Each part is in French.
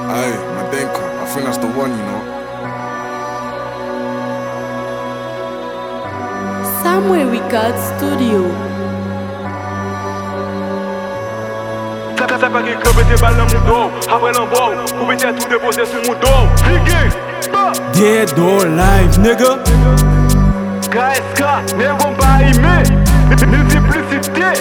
Aye, Madenka, I think that's the one, you know. Somewhere Record Studio. Ça pas qu'il creve tes balles dans mon dos. Après l'embout, vous mettez tout déposer sur mon dos. Dead or alive, nigga. KSK, ne vont pas aimer. Multiplicité.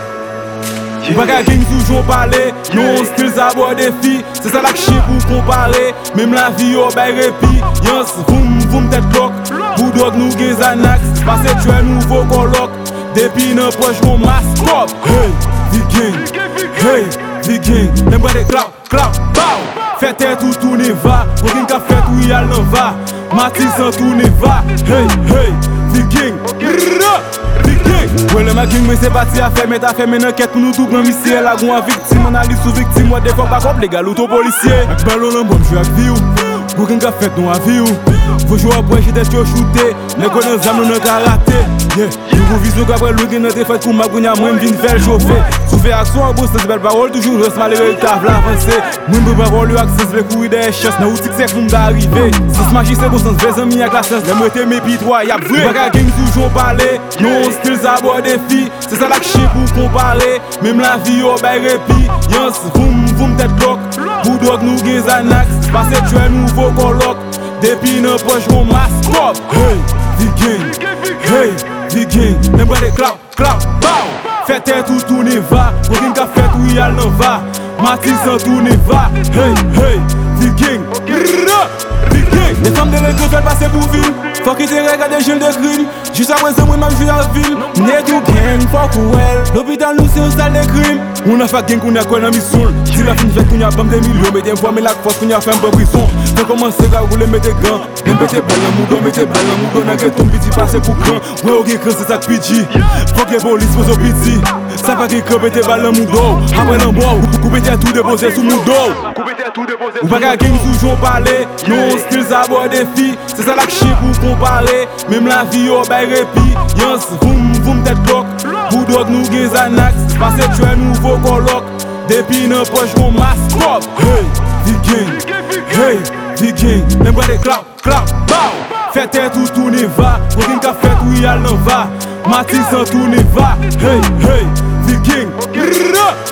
Pas qu'à gang toujours parler, non skills à boire des filles. C'est ça la que chien pour comparer. Même la vie au bail répit. Yans, voum tête cloque. Boudog nous gains Xanax. Parce que tu es nouveau coloc. Depuis nos poches mon mascop. Hey, the gang. Hey, the gang. N'aime pas des clap, bow. Faites tout tourner va. Aucun qu'a fait où y'a l'en va. Matisse en tourner va. Hey, the gang. Ouais, le ma gang, mais c'est parti à faire, mais t'as fait une enquête pour nous tout grand mystère. La goût en victime, analyse sous victime, moi des fois pas comme légal, auto-policier. Avec ballon, l'homme, bon, je suis avec vie ou. Aucun qu'a fait, non, à vie ou. Faut jouer après, j'ai des choses shooter. Les connaissances, nous n'ont qu'à rater. Yeah, nous visons qu'après le gain, notre fait pour ma gougne, moi, je viens faire chauffer. Souffler action, en boss, c'est belle parole, toujours, reste malheureux, il t'a l'avancé. Moi, je peux pas voir le accès, les couilles des chasses, n'a outil que c'est pour m'arriver. Sans magie, c'est bon, sans les amis, avec la sens, les moitiés, mes pitoyables, vrai. Pas qu'à gang, toujours parler, non, skills à boire des filles. C'est ça la que chien pour comparer. Même la vie au bail répit. Yans, voum tête cloque. Boudog nous gains Xanax. Parce que tu es nouveau coloc. Depuis nos poches mon mascop. Hey, the gang. Hey, the gang. N'aime pas des clap, bow. Faites tout tourner va. Aucun qu'a fait où y'a l'en va. Matisse en tourner va. Hey, the gang. Les femmes de l'école veulent passer pour ville. Faut qu'ils te regardent des jeunes de crime. Juste après ça, moi, je vis en ville. N'est tout gang, fuck well. L'hôpital, nous, c'est un salle de crime. On a fait gang qu'on a quoi dans mission. Si la fin fait qu'on a bam des millions, mais des fois, mais la force qu'on a fait un peu prison. Faut commencer à rouler, mettez gants. Mettez balle dans moudon, mettez balle dans moudon. N'a que ton petit passé pour grand. Ouais, ok, quand c'est ça que pidji. Faut que les polices posent au pidji. Ça va qu'il creve, mettez balle dans moudon. Après l'embout, vous mettez tout déposer sous moudon. Ou pas qu'à gang toujours parler. Non, skills à boire des filles. C'est ça la que chien pour comparer. Même la vie au bail répit. Yans, voum tête cloque. Boudog nous gains Xanax. Parce que tu es nouveau coloc. Depuis nos poches mon mascop. Hey, the gang. Hey, the gang. N'aime pas des clap, bow. Faites tout tourner va. Aucun qu'a fait où y'a l'en va. Matisse en tourner va. Hey, the gang.